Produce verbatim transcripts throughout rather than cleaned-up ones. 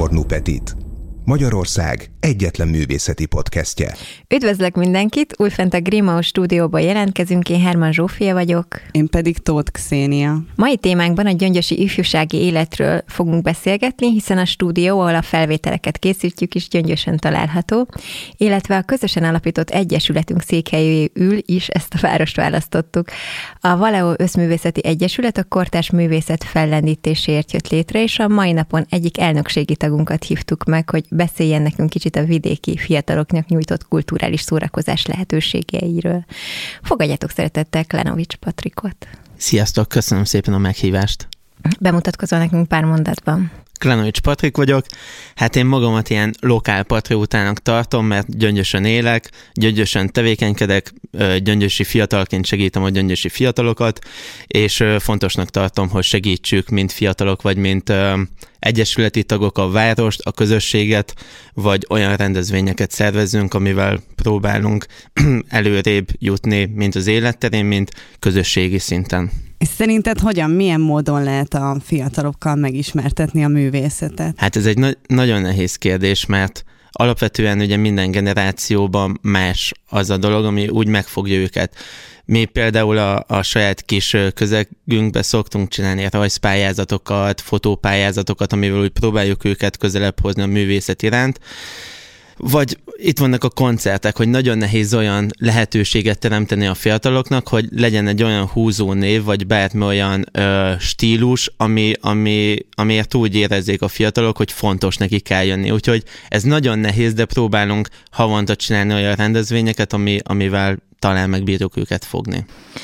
Tornú Petit, Magyarország egyetlen művészeti podcastje. Üdvözlök mindenkit, újfent a Grimau stúdióban jelentkezünk, én Herman Zsófia vagyok. Én pedig Tóth Kszénia. Mai témánkban a gyöngyösi ifjúsági életről fogunk beszélgetni, hiszen a stúdió, ahol a felvételeket készítjük is Gyöngyösön található, illetve a közösen alapított egyesületünk székhelyéül is ezt a várost választottuk. A Valeo Összművészeti Egyesület a kortárs művészet fellendítéséért jött létre, és a mai napon egyik elnökségi tagunkat hívtuk meg, hogy beszéljen nekünk kicsit a vidéki fiataloknak nyújtott kulturális szórakozás lehetőségeiről. Fogadjátok szeretettel Klenovics Patrikot. Sziasztok, köszönöm szépen a meghívást. Bemutatkozol nekünk pár mondatban. Klenovics Patrik vagyok. Hát én magamat ilyen lokál patriótának tartom, mert Gyöngyösön élek, Gyöngyösön tevékenykedek, gyöngyösi fiatalként segítem a gyöngyösi fiatalokat, és fontosnak tartom, hogy segítsük, mint fiatalok, vagy mint egyesületi tagok a várost, a közösséget, vagy olyan rendezvényeket szervezzünk, amivel próbálunk előrébb jutni, mint az életterén, mint közösségi szinten. És szerinted hogyan, milyen módon lehet a fiatalokkal megismertetni a művészetet? Hát ez egy na- nagyon nehéz kérdés, mert alapvetően ugye minden generációban más az a dolog, ami úgy megfogja őket. Mi például a, a saját kis közegünkben szoktunk csinálni rajzpályázatokat, fotópályázatokat, amivel úgy próbáljuk őket közelebb hozni a művészet iránt. Vagy itt vannak a koncertek, hogy nagyon nehéz olyan lehetőséget teremteni a fiataloknak, hogy legyen egy olyan húzó név, vagy bármi olyan ö, stílus, ami, ami, amiért úgy érezzék a fiatalok, hogy fontos neki kell jönni. Úgyhogy ez nagyon nehéz, de próbálunk havonta csinálni olyan rendezvényeket, ami, amivel talán megbírjuk őket fogni.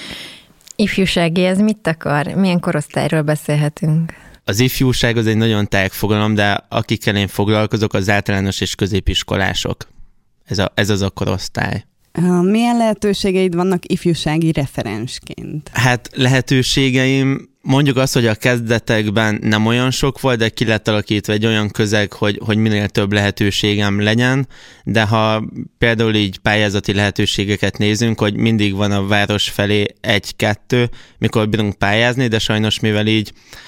Ifjúsági, ez mit akar? Milyen korosztályról beszélhetünk? Az ifjúság az egy nagyon tág fogalom, de akikkel én foglalkozok, az általános és középiskolások. Ez, a, ez az a korosztály. Milyen lehetőségeid vannak ifjúsági referensként? Hát lehetőségeim, mondjuk azt, hogy a kezdetekben nem olyan sok volt, de ki lett alakítva egy olyan közeg, hogy, hogy minél több lehetőségem legyen, de ha például így pályázati lehetőségeket nézünk, hogy mindig van a város felé egy-kettő, mikor bírunk pályázni, de sajnos mivel így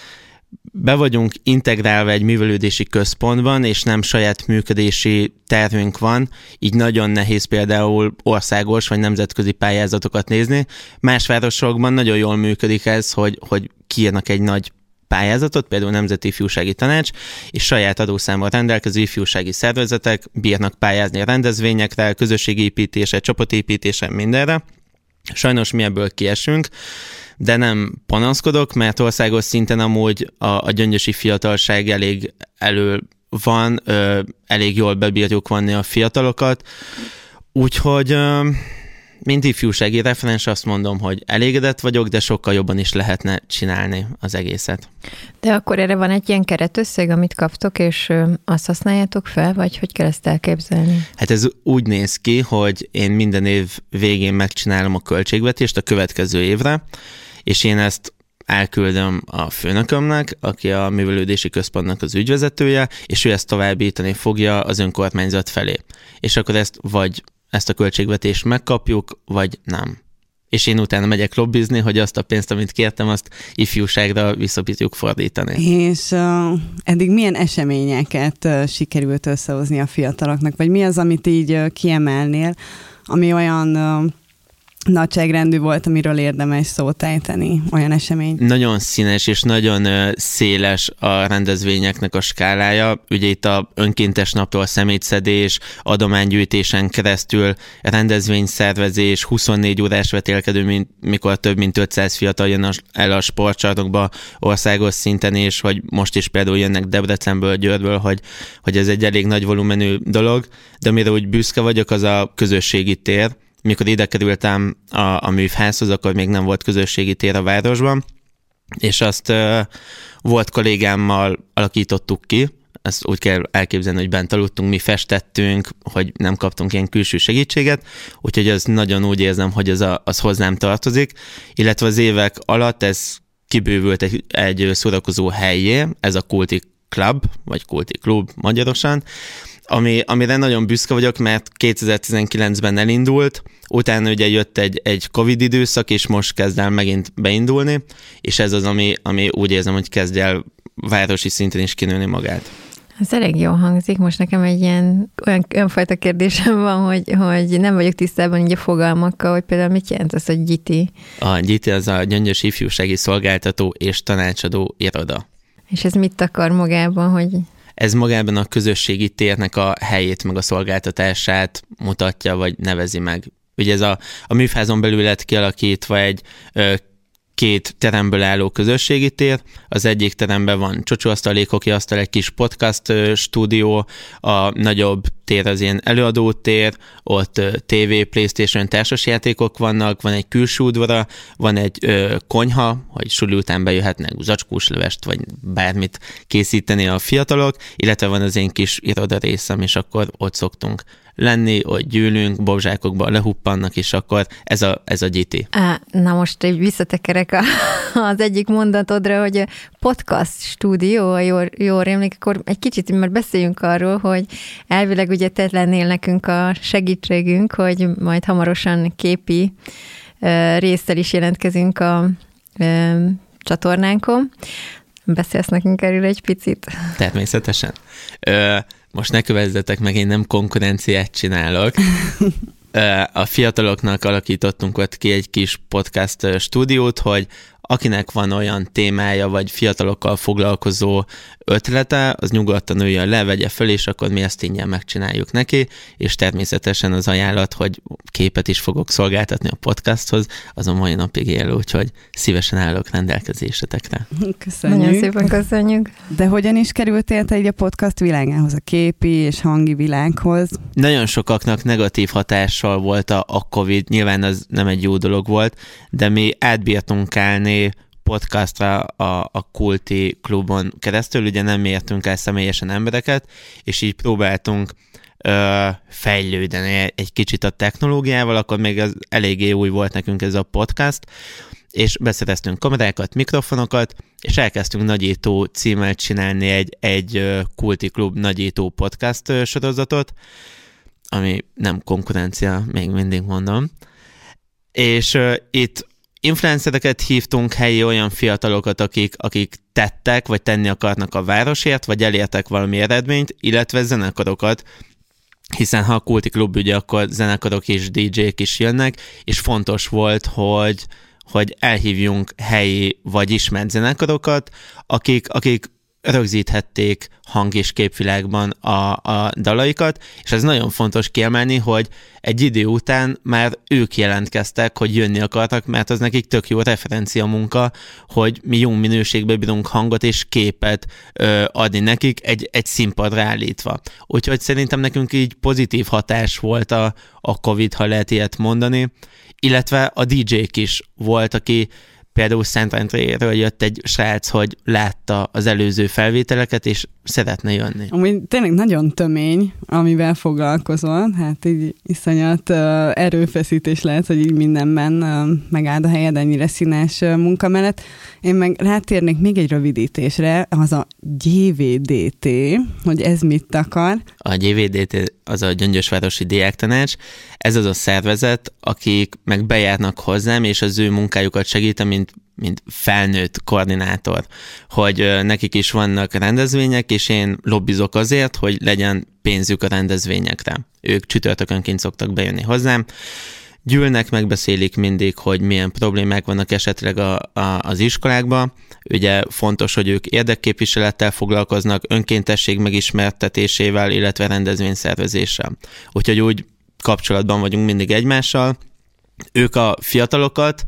be vagyunk integrálva egy művelődési központban, és nem saját működési tervünk van, így nagyon nehéz például országos vagy nemzetközi pályázatokat nézni. Más városokban nagyon jól működik ez, hogy, hogy kiírnak egy nagy pályázatot, például Nemzeti Ifjúsági Tanács, és saját adószámmal rendelkező ifjúsági szervezetek bírnak pályázni a rendezvényekre, közösségépítésre, csapatépítésre, mindenre. Sajnos mi ebből kiesünk, de nem panaszkodok, mert országos szinten amúgy a, a gyöngyösi fiatalság elég elő van, ö, elég jól bebírjuk vanni a fiatalokat, úgyhogy ö, mint ifjúsági referens azt mondom, hogy elégedett vagyok, de sokkal jobban is lehetne csinálni az egészet. De akkor erre van egy ilyen keretösszeg, amit kaptok, és azt használjátok fel, vagy hogy kell ezt elképzelni? Hát ez úgy néz ki, hogy én minden év végén megcsinálom a költségvetést a következő évre, és én ezt elküldöm a főnökömnek, aki a művelődési központnak az ügyvezetője, és ő ezt továbbítani fogja az önkormányzat felé. És akkor ezt vagy ezt a költségvetést megkapjuk, vagy nem. És én utána megyek lobbizni, hogy azt a pénzt, amit kértem, azt ifjúságra vissza tudjuk fordítani. És uh, eddig milyen eseményeket uh, sikerült összehozni a fiataloknak? Vagy mi az, amit így uh, kiemelnél, ami olyan uh, nagyságrendű volt, amiről érdemes szót ejteni, olyan esemény? Nagyon színes és nagyon széles a rendezvényeknek a skálája. Ugye itt a önkéntes naptól szemétszedés, adománygyűjtésen keresztül rendezvényszervezés, huszonnégy órás vetélkedő, mint, mikor több mint ötszáz fiatal jön el a sportcsarnokba országos szinten, és hogy most is például jönnek Debrecenből, Győrből, hogy, hogy ez egy elég nagy volumenű dolog, de amire úgy büszke vagyok, az a közösségi tér. Mikor ide kerültem a, a művházhoz, akkor még nem volt közösségi tér a városban, és azt uh, volt kollégámmal alakítottuk ki, ezt úgy kell elképzelni, hogy bent aludtunk, mi festettünk, hogy nem kaptunk ilyen külső segítséget, úgyhogy az nagyon úgy érzem, hogy az, a, az hozzám tartozik, illetve az évek alatt ez kibővült egy, egy szórakozó helyé, ez a Kulti Club, vagy Kulti Klub magyarosan, Ami, amire nagyon büszke vagyok, mert kétezer-tizenkilencben elindult, utána ugye jött egy, egy Covid időszak, és most kezd el megint beindulni, és ez az, ami, ami úgy érzem, hogy kezd el városi szinten is kinőni magát. Ez elég jól hangzik. Most nekem egy ilyen olyan önfajta kérdésem van, hogy, hogy nem vagyok tisztában így a fogalmakkal, hogy például mit jelent az, hogy gyiti? A gyiti az a Gyöngyös Ifjúsági Szolgáltató és Tanácsadó Iroda. És ez mit akar magában, hogy... Ez magában a közösségi térnek a helyét, meg a szolgáltatását mutatja, vagy nevezi meg. Ugye ez a, a műfázon belül lett kialakítva egy ö, két teremből álló közösségi tér. Az egyik teremben van csocsóasztal, léghokiasztal, egy kis podcast stúdió, a nagyobb tér az ilyen előadótér, ott té vé, PlayStation társasjátékok vannak, van egy külső udvara, van egy ö, konyha, hogy suli után bejöhetnek zacskóslevest, vagy bármit készíteni a fiatalok, illetve van az én kis iroda részem, és akkor ott szoktunk lenni, ott gyűlünk, bobzsákokba lehuppannak, és akkor ez a, ez a gyiti. Á, na most egy visszatekerek a, az egyik mondatodra, hogy a podcast stúdió, ha jól, jól rémlik, akkor egy kicsit már beszéljünk arról, hogy elvileg ugye te lennél nekünk a segítségünk, hogy majd hamarosan képi uh, résszel is jelentkezünk a uh, csatornánkon. Beszélsz nekünk erről egy picit? Természetesen. Ö, most ne kövezzetek meg, én nem konkurenciát csinálok. Ö, a fiataloknak alakítottunk ott ki egy kis podcast stúdiót, hogy akinek van olyan témája, vagy fiatalokkal foglalkozó ötlete, az nyugodtan üljön le, vegye föl, és akkor mi ezt ingyen megcsináljuk neki, és természetesen az ajánlat, hogy képet is fogok szolgáltatni a podcasthoz, az a mai napig él, úgyhogy szívesen állok rendelkezésetekre. Köszönjük. Nagyon szépen köszönjük. De hogyan is kerültél te így a podcast világához, a képi és hangi világhoz? Nagyon sokaknak negatív hatással volt a, a Covid, nyilván az nem egy jó dolog volt, de mi átbírtunk állni podcastra a, a Kulti klubon keresztül, ugye nem értünk el személyesen embereket, és így próbáltunk ö, fejlődni egy kicsit a technológiával, akkor még az eléggé új volt nekünk ez a podcast, és beszereztünk kamerákat, mikrofonokat, és elkezdtünk nagyító címmel csinálni egy, egy Kulti klub nagyító podcast sorozatot, ami nem konkurencia, még mindig mondom. És uh, itt influencereket hívtunk, helyi olyan fiatalokat, akik, akik tettek, vagy tenni akarnak a városért, vagy elértek valami eredményt, illetve zenekarokat, hiszen ha a Kulti klub ugye, akkor zenekarok és dé jék is jönnek, és fontos volt, hogy, hogy elhívjunk helyi vagy ismert zenekarokat, akik, akik rögzíthették hang- és képvilágban a, a dalaikat, és ez nagyon fontos kiemelni, hogy egy idő után már ők jelentkeztek, hogy jönni akartak, mert az nekik tök jó referencia munka, hogy mi jó minőségben bírunk hangot és képet ö, adni nekik egy, egy színpadra állítva. Úgyhogy szerintem nekünk így pozitív hatás volt a, a Covid, ha lehet ilyet mondani, illetve a dé jék is volt, aki például Szentendréről jött egy srác, hogy látta az előző felvételeket, és szeretne jönni. Amúgy tényleg nagyon tömény, amivel foglalkozol, hát így iszonyat uh, erőfeszítés lehet, hogy így mindenben uh, megáld a helyed ennyire színes uh, munka mellett. Én meg rátérnék még egy rövidítésre, az a gé vé dé té, hogy ez mit akar. A gé vé dé té az a Gyöngyösvárosi Diáktanács, ez az a szervezet, akik meg bejárnak hozzám, és az ő munkájukat segítem, mint, mint felnőtt koordinátor, hogy nekik is vannak rendezvények, és én lobbizok azért, hogy legyen pénzük a rendezvényekre. Ők csütörtökönként szoktak bejönni hozzám, gyűlnek, megbeszélik mindig, hogy milyen problémák vannak esetleg a, a, az iskolákban. Ugye fontos, hogy ők érdekképviselettel foglalkoznak, önkéntesség megismertetésével, illetve rendezvényszervezéssel. Úgyhogy úgy kapcsolatban vagyunk mindig egymással. Ők a fiatalokat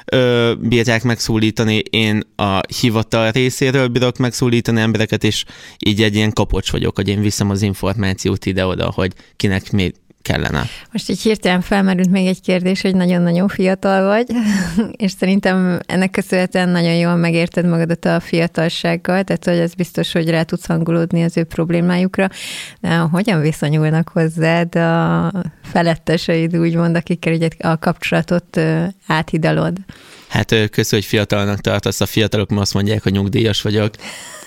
ö, bírják megszólítani, én a hivatal részéről bírok megszólítani embereket, és így egy ilyen kapocs vagyok, hogy én viszem az információt ide-oda, hogy kinek mi kellene. Most így hirtelen felmerült még egy kérdés, hogy nagyon-nagyon fiatal vagy, és szerintem ennek köszönhetően nagyon jól megérted magadat a fiatalsággal, tehát hogy ez biztos, hogy rá tudsz hangolódni az ő problémájukra. De hogyan viszonyulnak hozzád a feletteseid, úgymond, akikkel ugye a kapcsolatot áthidalod? Hát köszönöm, hogy fiatalnak tartasz, a fiatalok ma azt mondják, hogy nyugdíjas vagyok.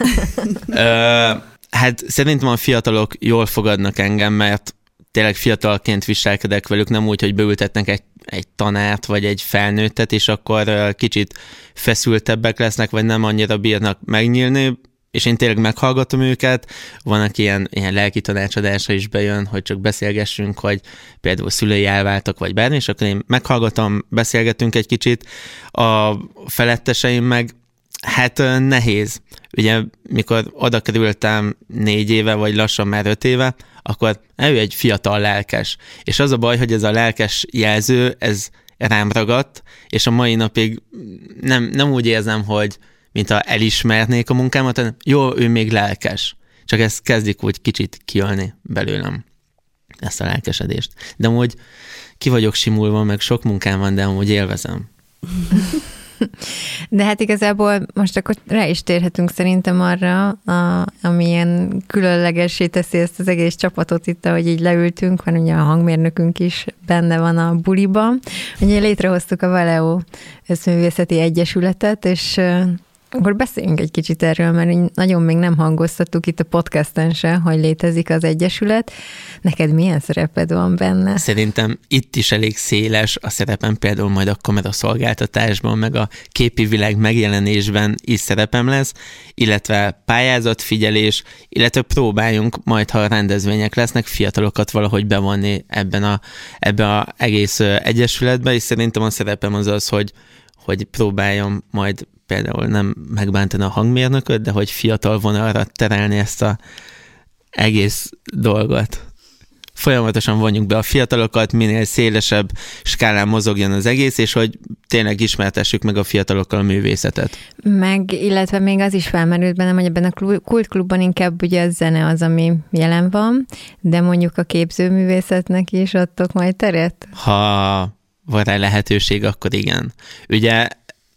Ö, hát szerintem a fiatalok jól fogadnak engem, mert tényleg fiatalként viselkedek velük, nem úgy, hogy beültetnek egy, egy tanárt, vagy egy felnőttet, és akkor kicsit feszültebbek lesznek, vagy nem annyira bírnak megnyílni. és én tényleg meghallgatom őket, van, aki ilyen, ilyen lelki tanácsadásra is bejön, hogy csak beszélgessünk, hogy például szülei elváltak, vagy bármi, és akkor én meghallgatom, beszélgetünk egy kicsit, a feletteseim meg hát nehéz. Ugye, mikor oda kerültem négy éve, vagy lassan már öt éve, akkor ő egy fiatal lelkes. És az a baj, hogy ez a lelkes jelző, ez rám ragadt, és a mai napig nem, nem úgy érzem, hogy mintha elismernék a munkámat, hanem jó, ő még lelkes. Csak ezt kezdik úgy kicsit kiölni belőlem, ezt a lelkesedést. De amúgy ki vagyok simulva, meg sok munkám van, de amúgy élvezem. De hát igazából most akkor rá is térhetünk szerintem arra, a, amilyen különlegessé teszi ezt az egész csapatot itt, ahogy így leültünk, van ugye a hangmérnökünk is benne van a buliban. Ugye létrehoztuk a Valeo Összművészeti Egyesületet, és akkor beszéljünk egy kicsit erről, mert nagyon még nem hangoztattuk itt a podcasten se, hogy létezik az Egyesület. Neked milyen szereped van benne? Szerintem itt is elég széles a szerepem, például majd a kameraszolgáltatásban, meg a képi világ megjelenésben is szerepem lesz, illetve pályázatfigyelés, illetve próbáljunk majd, ha rendezvények lesznek, fiatalokat valahogy bevonni ebben a, ebben a egész egyesületbe, és szerintem a szerepem az az, hogy, hogy próbáljam majd például nem megbántani a hangmérnököt, de hogy fiatal vonalra terelni ezt az egész dolgot. Folyamatosan vonjuk be a fiatalokat, minél szélesebb skálán mozogjon az egész, és hogy tényleg ismertessük meg a fiatalokkal a művészetet. Meg, illetve még az is felmerült bennem, hogy ebben a kultklubban inkább ugye a zene az, ami jelen van, de mondjuk a képzőművészetnek is adtok majd teret? Ha van rá lehetőség, akkor igen. Ugye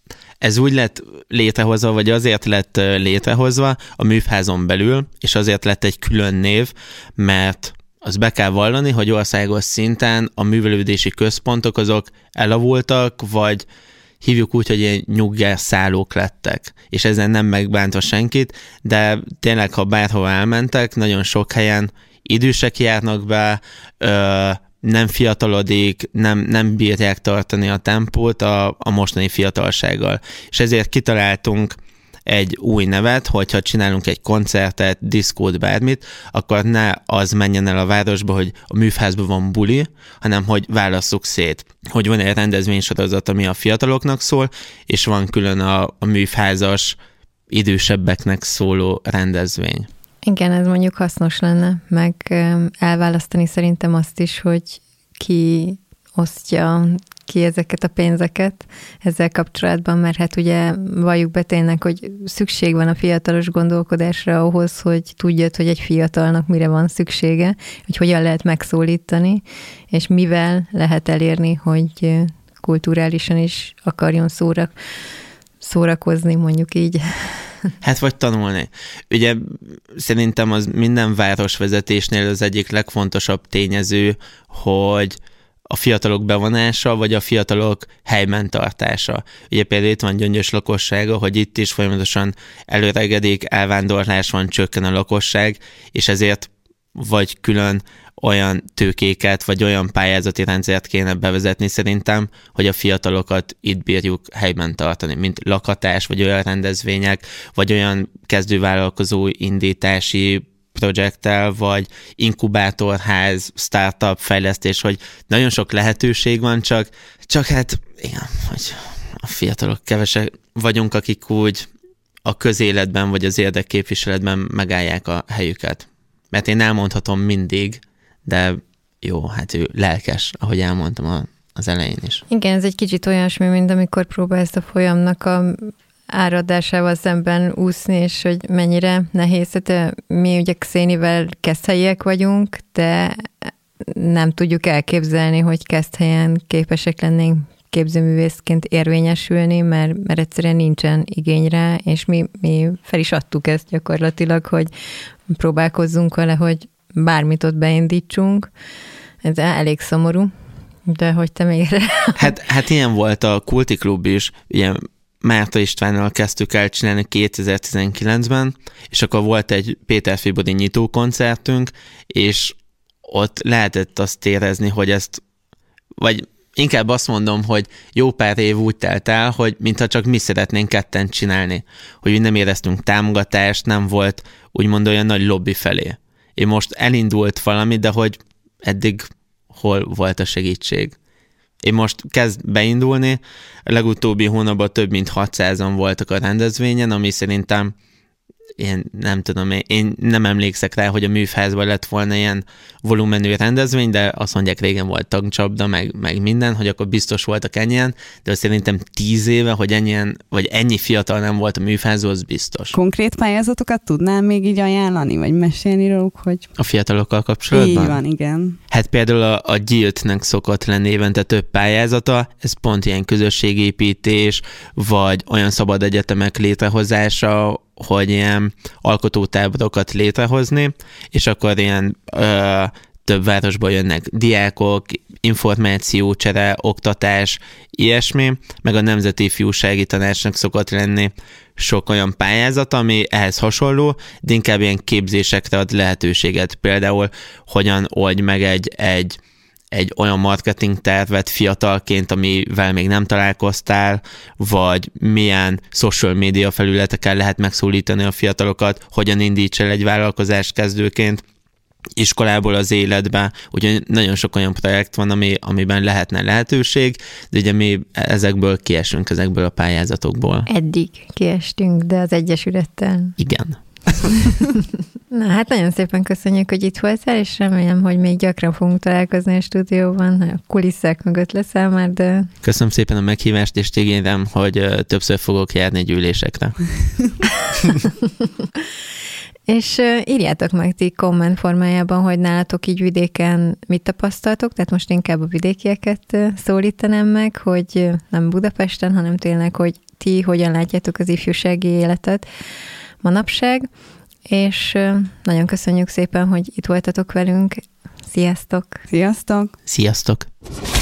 ez úgy lett létrehozva, vagy azért lett létrehozva a műfházon belül, és azért lett egy külön név, mert az be kell vallani, hogy országos szinten a művelődési központok azok elavultak, vagy hívjuk úgy, hogy ilyen nyuggerszállók lettek. És ezen nem megbántva senkit, de tényleg, ha bárhova elmentek, nagyon sok helyen idősek járnak be, ö, nem fiatalodik, nem, nem bírják tartani a tempót a, a mostani fiatalsággal. És ezért kitaláltunk egy új nevet, hogyha csinálunk egy koncertet, diszkót, bármit, akkor ne az menjen el a városba, hogy a műfházban van buli, hanem hogy válasszuk szét. Hogy van egy rendezvénysorozat, ami a fiataloknak szól, és van külön a, a műfházas, idősebbeknek szóló rendezvény. Igen, ez mondjuk hasznos lenne, meg elválasztani szerintem azt is, hogy ki osztja ki ezeket a pénzeket ezzel kapcsolatban, mert hát ugye valljuk be tényleg, hogy szükség van a fiatalos gondolkodásra ahhoz, hogy tudjad, hogy egy fiatalnak mire van szüksége, hogy hogyan lehet megszólítani, és mivel lehet elérni, hogy kulturálisan is akarjon szórak, szórakozni, mondjuk így. Hát vagy tanulni. Ugye szerintem az minden városvezetésnél az egyik legfontosabb tényező, hogy a fiatalok bevonása, vagy a fiatalok helyben tartása. Ugye például itt van Gyöngyös lakossága, hogy itt is folyamatosan előregedik, elvándorlás van, csökken a lakosság, és ezért vagy külön olyan tőkéket, vagy olyan pályázati rendszert kéne bevezetni szerintem, hogy a fiatalokat itt bírjuk helyben tartani, mint lakhatás, vagy olyan rendezvények, vagy olyan kezdővállalkozó indítási projekttel, vagy inkubátorház, startup fejlesztés, hogy nagyon sok lehetőség van, csak, csak hát igen, hogy a fiatalok kevesek vagyunk, akik úgy a közéletben, vagy az érdekképviseletben megállják a helyüket. Mert én elmondhatom mindig, de jó, hát ő lelkes, ahogy elmondtam a, az elején is. Igen, ez egy kicsit olyasmi, mint amikor próbálsz a folyamnak a áradásával szemben úszni, és hogy mennyire nehéz. Tehát mi ugye Xénivel Keszthelyiek vagyunk, de nem tudjuk elképzelni, hogy Keszthelyen képesek lennénk képzőművészként érvényesülni, mert, mert egyszerűen nincsen igény rá, és mi, mi fel is adtuk ezt gyakorlatilag, hogy próbálkozzunk vele, hogy bármit ott beindítsunk. Ez elég szomorú, de hogy te még... Hát, hát ilyen volt a Kulti Klub is, ugye Márta Istvánnal kezdtük el csinálni kétezer-tizenkilencben, és akkor volt egy Péter Fibori nyitó koncertünk, és ott lehetett azt érezni, hogy ezt, vagy inkább azt mondom, hogy jó pár év úgy telt el, hogy mintha csak mi szeretnénk ketten csinálni. Hogy nem éreztünk támogatást, nem volt úgymond olyan nagy lobby felé. Én most elindult valami, de hogy eddig hol volt a segítség. Én most kezd beindulni, a legutóbbi hónapban több mint hatszázan voltak a rendezvényen, ami szerintem én nem tudom, én nem emlékszek rá, hogy a műfázban lett volna ilyen volumenű rendezvény, de azt mondják, régen volt tagcsapda, meg, meg minden, hogy akkor biztos voltak ennyien, de szerintem tíz éve, hogy ennyien, vagy ennyi fiatal nem volt a műfázban, az biztos. Konkrét pályázatokat tudnál még így ajánlani, vagy mesélni róluk, hogy... A fiatalokkal kapcsolatban? Így van, igen. Hát például a, a gyiltnek szokott lenni évente több pályázata, ez pont ilyen közösségépítés, vagy olyan szabad egyetemek létrehozása, hogy ilyen alkotótáborokat létrehozni, és akkor ilyen ö, több városból jönnek diákok, információcsere, oktatás, ilyesmi, meg a Nemzeti Ifjúsági Tanácsnak szokott lenni sok olyan pályázat, ami ehhez hasonló, de inkább ilyen képzésekre ad lehetőséget. Például hogyan oldj meg egy, egy egy olyan marketing tervet fiatalként, amivel még nem találkoztál, vagy milyen social media felületeken lehet megszólítani a fiatalokat, hogyan indíts el egy vállalkozást kezdőként iskolából az életbe. Ugye nagyon sok olyan projekt van, ami, amiben lehetne lehetőség, de ugye mi ezekből kiesünk, ezekből a pályázatokból. Eddig kiestünk, de az Egyesülettel. Igen. Na hát nagyon szépen köszönjük, hogy itt voltál, és remélem, hogy még gyakran fogunk találkozni a stúdióban, a kulisszák mögött leszel már, de... Köszönöm szépen a meghívást, és ígérem, hogy többször fogok járni gyűlésekre. És uh, írjátok meg ti komment formájában, hogy nálatok így vidéken mit tapasztaltok, tehát most inkább a vidékieket uh, szólítanám meg, hogy uh, nem Budapesten, hanem tényleg, hogy ti hogyan látjátok az ifjúsági életet manapság, és uh, nagyon köszönjük szépen, hogy itt voltatok velünk. Sziasztok! Sziasztok! Sziasztok!